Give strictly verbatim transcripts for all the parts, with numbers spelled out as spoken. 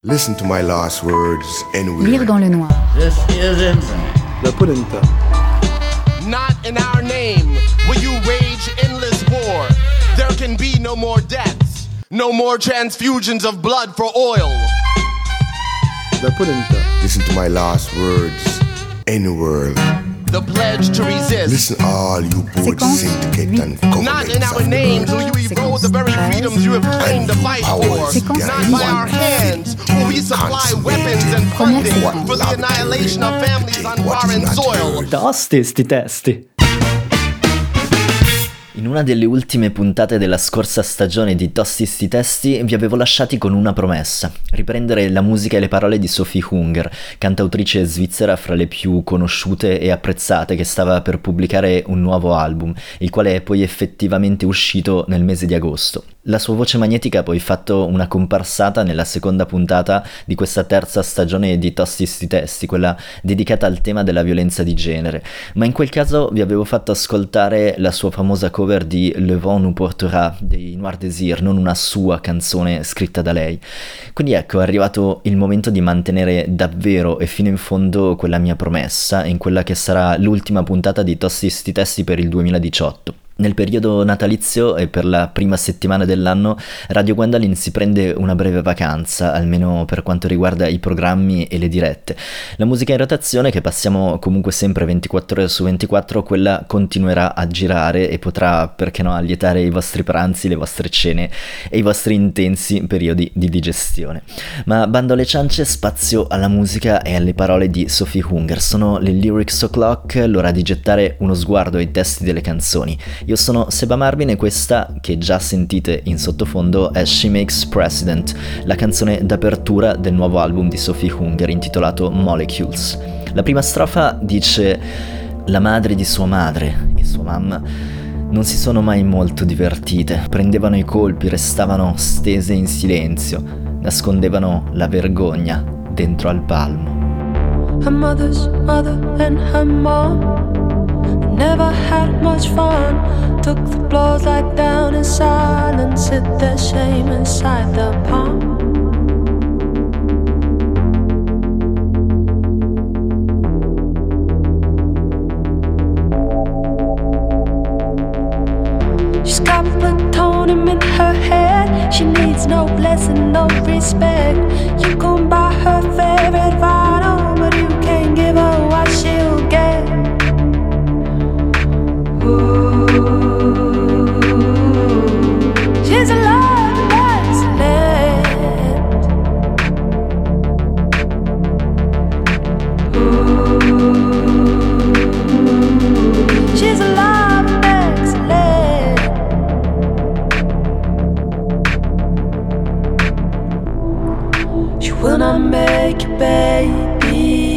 Listen to my last words anyway. Lire dans le noir. This is insane. La polenta. Not in our name will you wage endless war. There can be no more deaths, no more transfusions of blood for oil. La polenta. Listen to my last words anywhere. The pledge to resist. Listen all you both syndicate and Not in our names will you erode the very freedoms you have claimed to fight for. Not by our hands will we supply weapons and funding for the annihilation of families on foreign soil. Tosti sti testi. In una delle ultime puntate della scorsa stagione di Tosti sti testi vi avevo lasciati con una promessa: riprendere la musica e le parole di Sophie Hunger, cantautrice svizzera fra le più conosciute e apprezzate, che stava per pubblicare un nuovo album, il quale è poi effettivamente uscito nel mese di agosto. La sua voce magnetica ha poi fatto una comparsata nella seconda puntata di questa terza stagione di Tosti sti testi, quella dedicata al tema della violenza di genere, ma in quel caso vi avevo fatto ascoltare la sua famosa cover di Le Vent nous portera dei Noir Désir, non una sua canzone scritta da lei. Quindi ecco, è arrivato il momento di mantenere davvero e fino in fondo quella mia promessa in quella che sarà l'ultima puntata di Tosti sti testi per il duemiladiciotto. Nel periodo natalizio e per la prima settimana dell'anno Radio Gwendolyn si prende una breve vacanza, almeno per quanto riguarda i programmi e le dirette. La musica in rotazione, che passiamo comunque sempre ventiquattro ore su ventiquattro, quella continuerà a girare e potrà, perché no, allietare i vostri pranzi, le vostre cene e i vostri intensi periodi di digestione. Ma bando alle ciance, spazio alla musica e alle parole di Sophie Hunger. Sono le Lyrics O'Clock, l'ora di gettare uno sguardo ai testi delle canzoni. Io sono Seba Marvin e questa, che già sentite in sottofondo, è She Makes President, la canzone d'apertura del nuovo album di Sophie Hunger intitolato Molecules. La prima strofa dice: la madre di sua madre e sua mamma non si sono mai molto divertite, prendevano i colpi, restavano stese in silenzio, nascondevano la vergogna dentro al palmo. Her mother's mother and her mom never had much fun. Took the blows like down in silence, hid their shame inside their palm. She's got plutonium in her head. She needs no blessing, no respect. You can buy her favorite vinyl, but you can't give her what she'll get. She's a love excellent. She's a love excellent. She will not make you babies.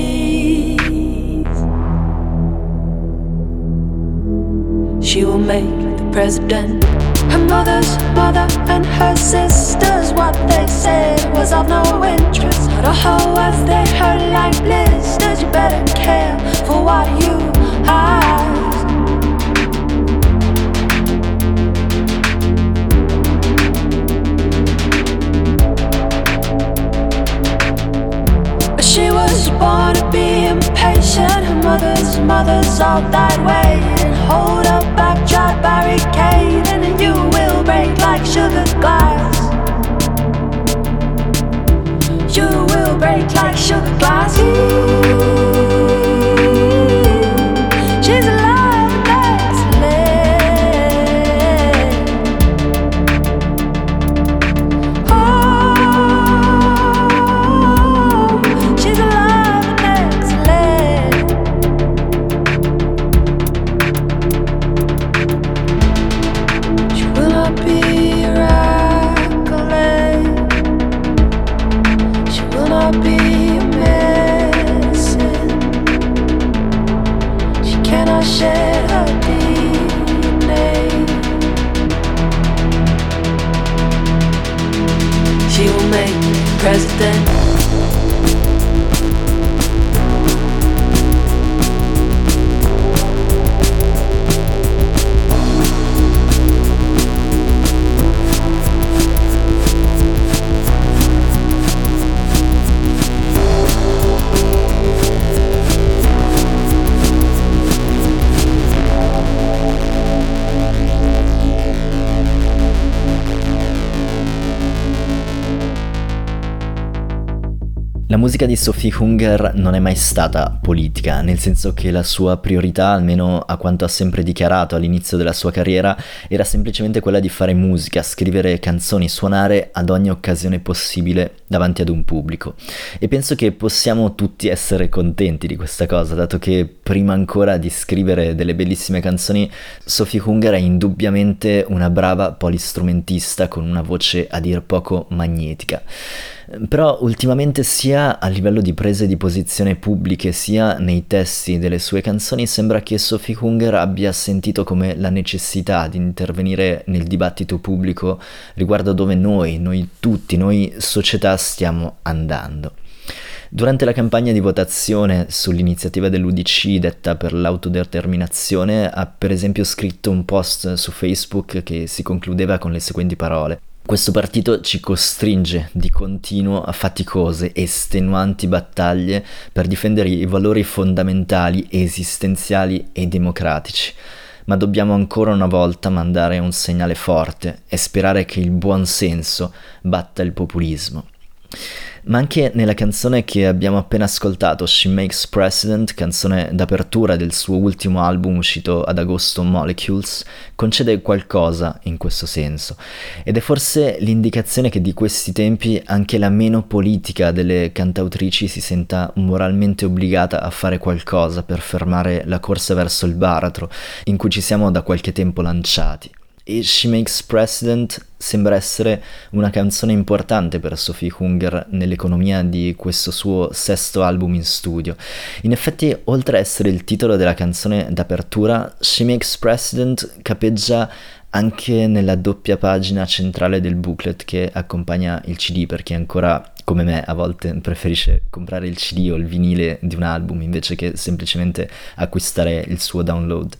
She will make the president. Her mother's mother and her sisters, what they said was of no interest. But oh, how was they hurt like blisters? You better care for what you ask. But she was born to be impatient. Her mother's mothers all died waiting. Hold up back, dry barricade, and then you will break like sugar glass. You will break like sugar glass. She's a love excellent. Oh, she's a love excellent. She will not be your accolade. She will not be a man. La musica di Sophie Hunger non è mai stata politica, nel senso che la sua priorità, almeno a quanto ha sempre dichiarato all'inizio della sua carriera, era semplicemente quella di fare musica, scrivere canzoni, suonare ad ogni occasione possibile davanti ad un pubblico. E penso che possiamo tutti essere contenti di questa cosa, dato che prima ancora di scrivere delle bellissime canzoni, Sophie Hunger è indubbiamente una brava polistrumentista con una voce a dir poco magnetica. Però ultimamente sia a livello di prese di posizione pubbliche sia nei testi delle sue canzoni sembra che Sophie Hunger abbia sentito come la necessità di intervenire nel dibattito pubblico riguardo dove noi, noi tutti, noi società stiamo andando. Durante la campagna di votazione sull'iniziativa dell'U D C detta per l'autodeterminazione ha per esempio scritto un post su Facebook che si concludeva con le seguenti parole: questo partito ci costringe di continuo a faticose e estenuanti battaglie per difendere i valori fondamentali, esistenziali e democratici. Ma dobbiamo ancora una volta mandare un segnale forte e sperare che il buon senso batta il populismo. Ma anche nella canzone che abbiamo appena ascoltato, She Makes Precedent, canzone d'apertura del suo ultimo album uscito ad agosto, Molecules, concede qualcosa in questo senso. Ed è forse l'indicazione che di questi tempi anche la meno politica delle cantautrici si senta moralmente obbligata a fare qualcosa per fermare la corsa verso il baratro in cui ci siamo da qualche tempo lanciati. E She Makes Precedent sembra essere una canzone importante per Sophie Hunger nell'economia di questo suo sesto album in studio. In effetti, oltre a essere il titolo della canzone d'apertura, She Makes Precedent capeggia anche nella doppia pagina centrale del booklet che accompagna il C D, per chi ancora come me a volte preferisce comprare il C D o il vinile di un album invece che semplicemente acquistare il suo download.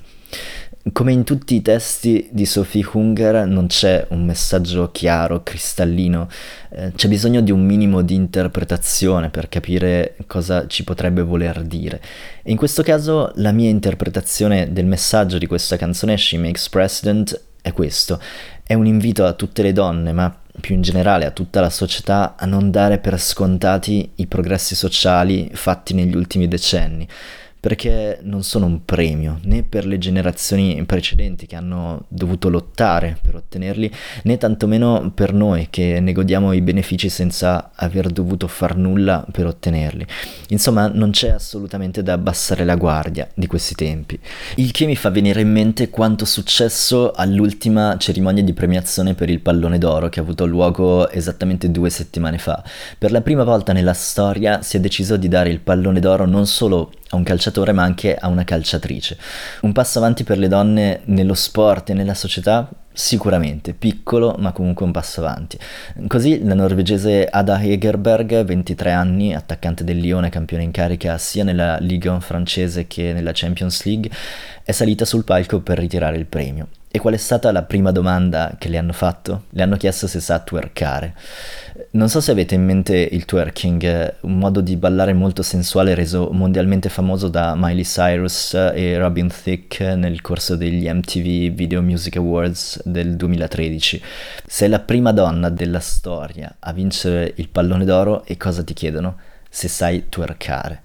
Come in tutti i testi di Sophie Hunger non c'è un messaggio chiaro, cristallino, eh, c'è bisogno di un minimo di interpretazione per capire cosa ci potrebbe voler dire. E in questo caso la mia interpretazione del messaggio di questa canzone, She Makes Precedent, è questo. È un invito a tutte le donne, ma più in generale a tutta la società, a non dare per scontati i progressi sociali fatti negli ultimi decenni, perché non sono un premio né per le generazioni precedenti che hanno dovuto lottare per ottenerli, né tantomeno per noi che ne godiamo i benefici senza aver dovuto far nulla per ottenerli. Insomma, non c'è assolutamente da abbassare la guardia di questi tempi. Il che mi fa venire in mente quanto successo all'ultima cerimonia di premiazione per il Pallone d'Oro che ha avuto luogo esattamente due settimane fa. Per la prima volta nella storia si è deciso di dare il Pallone d'Oro non solo a un calciatore ma anche a una calciatrice. Un passo avanti per le donne nello sport e nella società? Sicuramente, piccolo ma comunque un passo avanti. Così la norvegese Ada Hegerberg, ventitré anni, attaccante del Lione, campione in carica sia nella Ligue uno francese che nella Champions League, è salita sul palco per ritirare il premio. E qual è stata la prima domanda che le hanno fatto? Le hanno chiesto se sa twerkare. Non so se avete in mente il twerking, un modo di ballare molto sensuale reso mondialmente famoso da Miley Cyrus e Robin Thicke nel corso degli M T V Video Music Awards del duemilatredici. Sei la prima donna della storia a vincere il Pallone d'Oro e cosa ti chiedono? Se sai twerkare.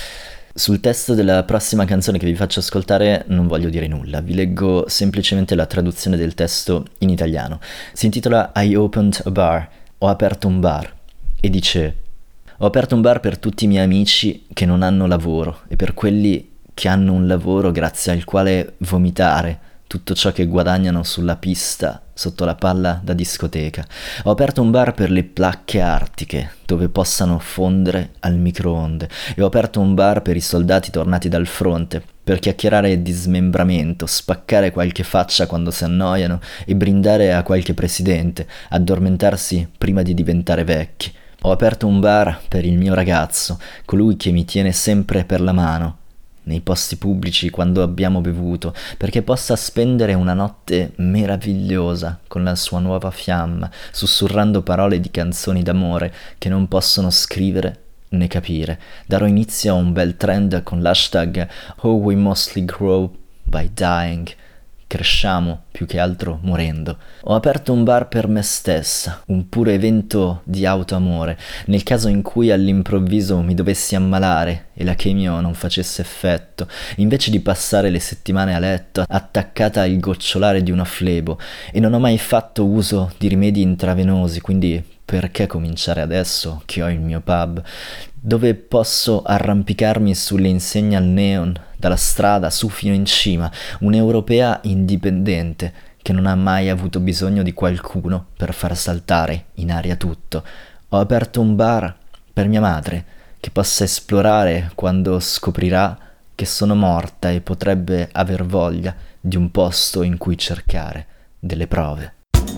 Sul testo della prossima canzone che vi faccio ascoltare non voglio dire nulla, vi leggo semplicemente la traduzione del testo in italiano. Si intitola I opened a bar, ho aperto un bar, e dice: ho aperto un bar per tutti i miei amici che non hanno lavoro e per quelli che hanno un lavoro grazie al quale vomitare tutto ciò che guadagnano sulla pista sotto la palla da discoteca. Ho aperto un bar per le placche artiche dove possano fondere al microonde e ho aperto un bar per i soldati tornati dal fronte per chiacchierare di smembramento, spaccare qualche faccia quando si annoiano e brindare a qualche presidente, addormentarsi prima di diventare vecchi. Ho aperto un bar per il mio ragazzo, colui che mi tiene sempre per la mano nei posti pubblici quando abbiamo bevuto, perché possa spendere una notte meravigliosa con la sua nuova fiamma, sussurrando parole di canzoni d'amore che non possono scrivere né capire. Darò inizio a un bel trend con l'hashtag Oh We Mostly Grow by Dying, cresciamo più che altro morendo. Ho aperto un bar per me stessa, un puro evento di autoamore, nel caso in cui all'improvviso mi dovessi ammalare e la chemio non facesse effetto, invece di passare le settimane a letto attaccata al gocciolare di una flebo, e non ho mai fatto uso di rimedi intravenosi, quindi perché cominciare adesso che ho il mio pub, dove posso arrampicarmi sulle insegne al neon, dalla strada su fino in cima, un'europea indipendente che non ha mai avuto bisogno di qualcuno per far saltare in aria tutto. Ho aperto un bar per mia madre, che possa esplorare quando scoprirà che sono morta e potrebbe aver voglia di un posto in cui cercare delle prove.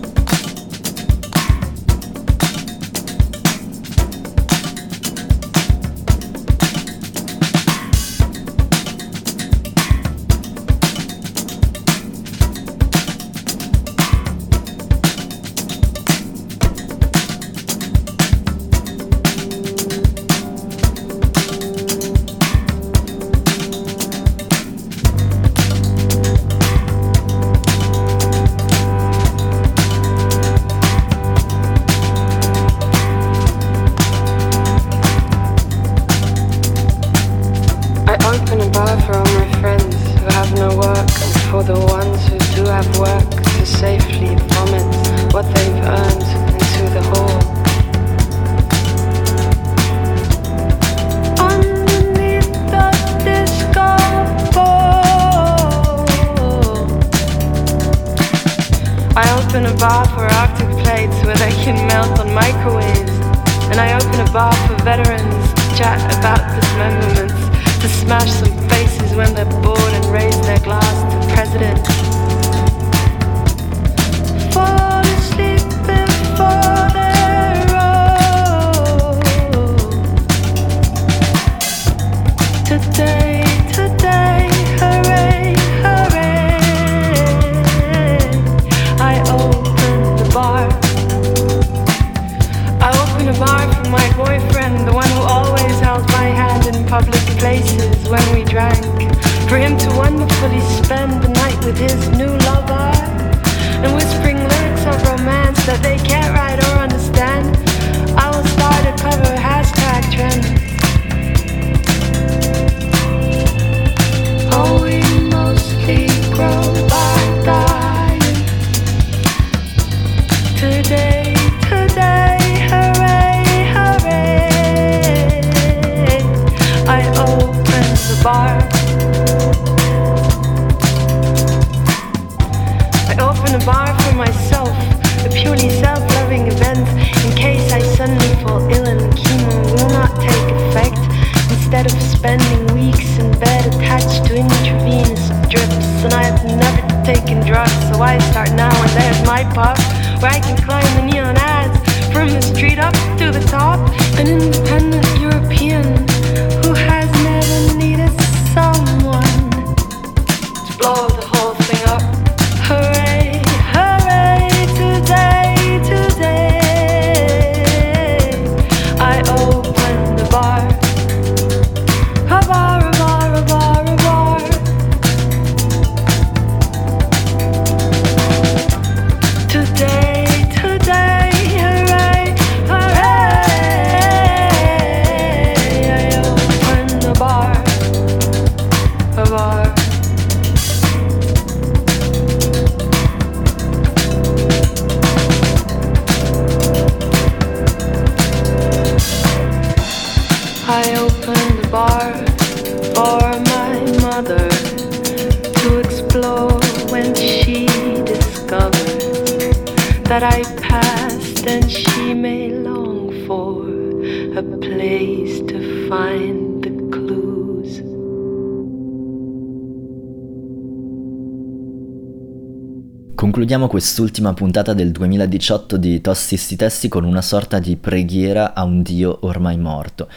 Concludiamo quest'ultima puntata del duemiladiciotto di Tosti sti testi con una sorta di preghiera a un dio ormai morto.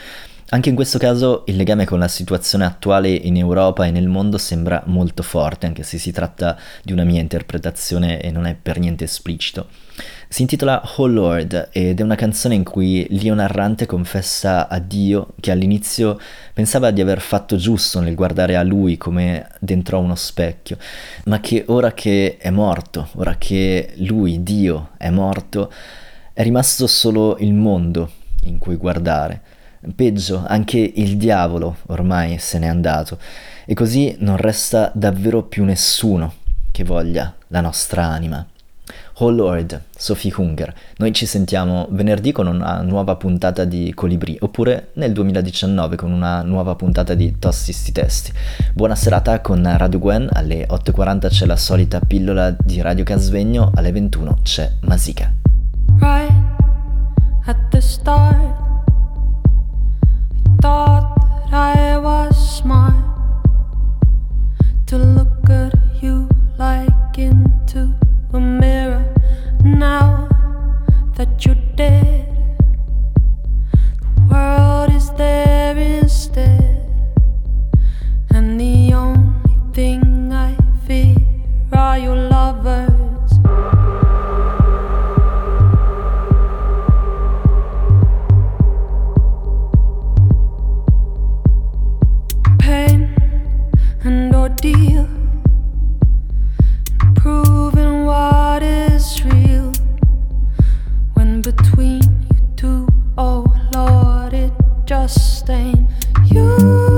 Anche in questo caso il legame con la situazione attuale in Europa e nel mondo sembra molto forte, anche se si tratta di una mia interpretazione e non è per niente esplicito. Si intitola Oh Lord ed è una canzone in cui Lio narrante confessa a Dio che all'inizio pensava di aver fatto giusto nel guardare a lui come dentro a uno specchio, ma che ora che è morto, ora che lui, Dio, è morto, è rimasto solo il mondo in cui guardare. Peggio, anche il diavolo ormai se n'è andato e così non resta davvero più nessuno che voglia la nostra anima. Oh Lord, Sophie Hunger. Noi ci sentiamo venerdì con una nuova puntata di Colibrì, oppure nel duemiladiciannove con una nuova puntata di Tosti sti testi. Buona serata con Radio Gwen, alle otto e quaranta c'è la solita pillola di Radio Casvegno, alle ventuno c'è Masica. Right at the start thought that I was smart to look at you like into a mirror. Now that you're dead, the world is there instead, and the only thing I fear are your lovers. And ordeal, proving what is real, when between you two, oh Lord, it just ain't you.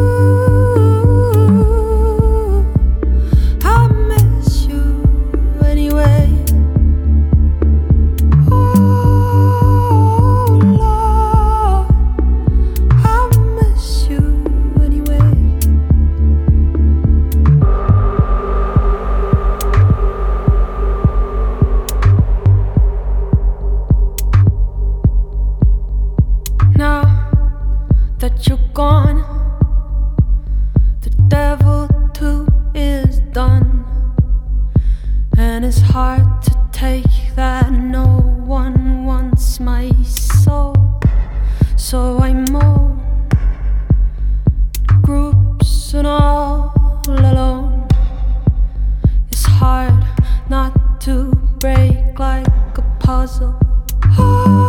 I miss you anyway. Oh Lord, I miss you anyway. That you're gone, the devil too is done, and it's hard to take that no one wants my soul. So I moan, groups and all alone. It's hard not to break like a puzzle. Oh,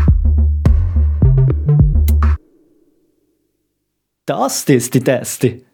Tosti sti testi!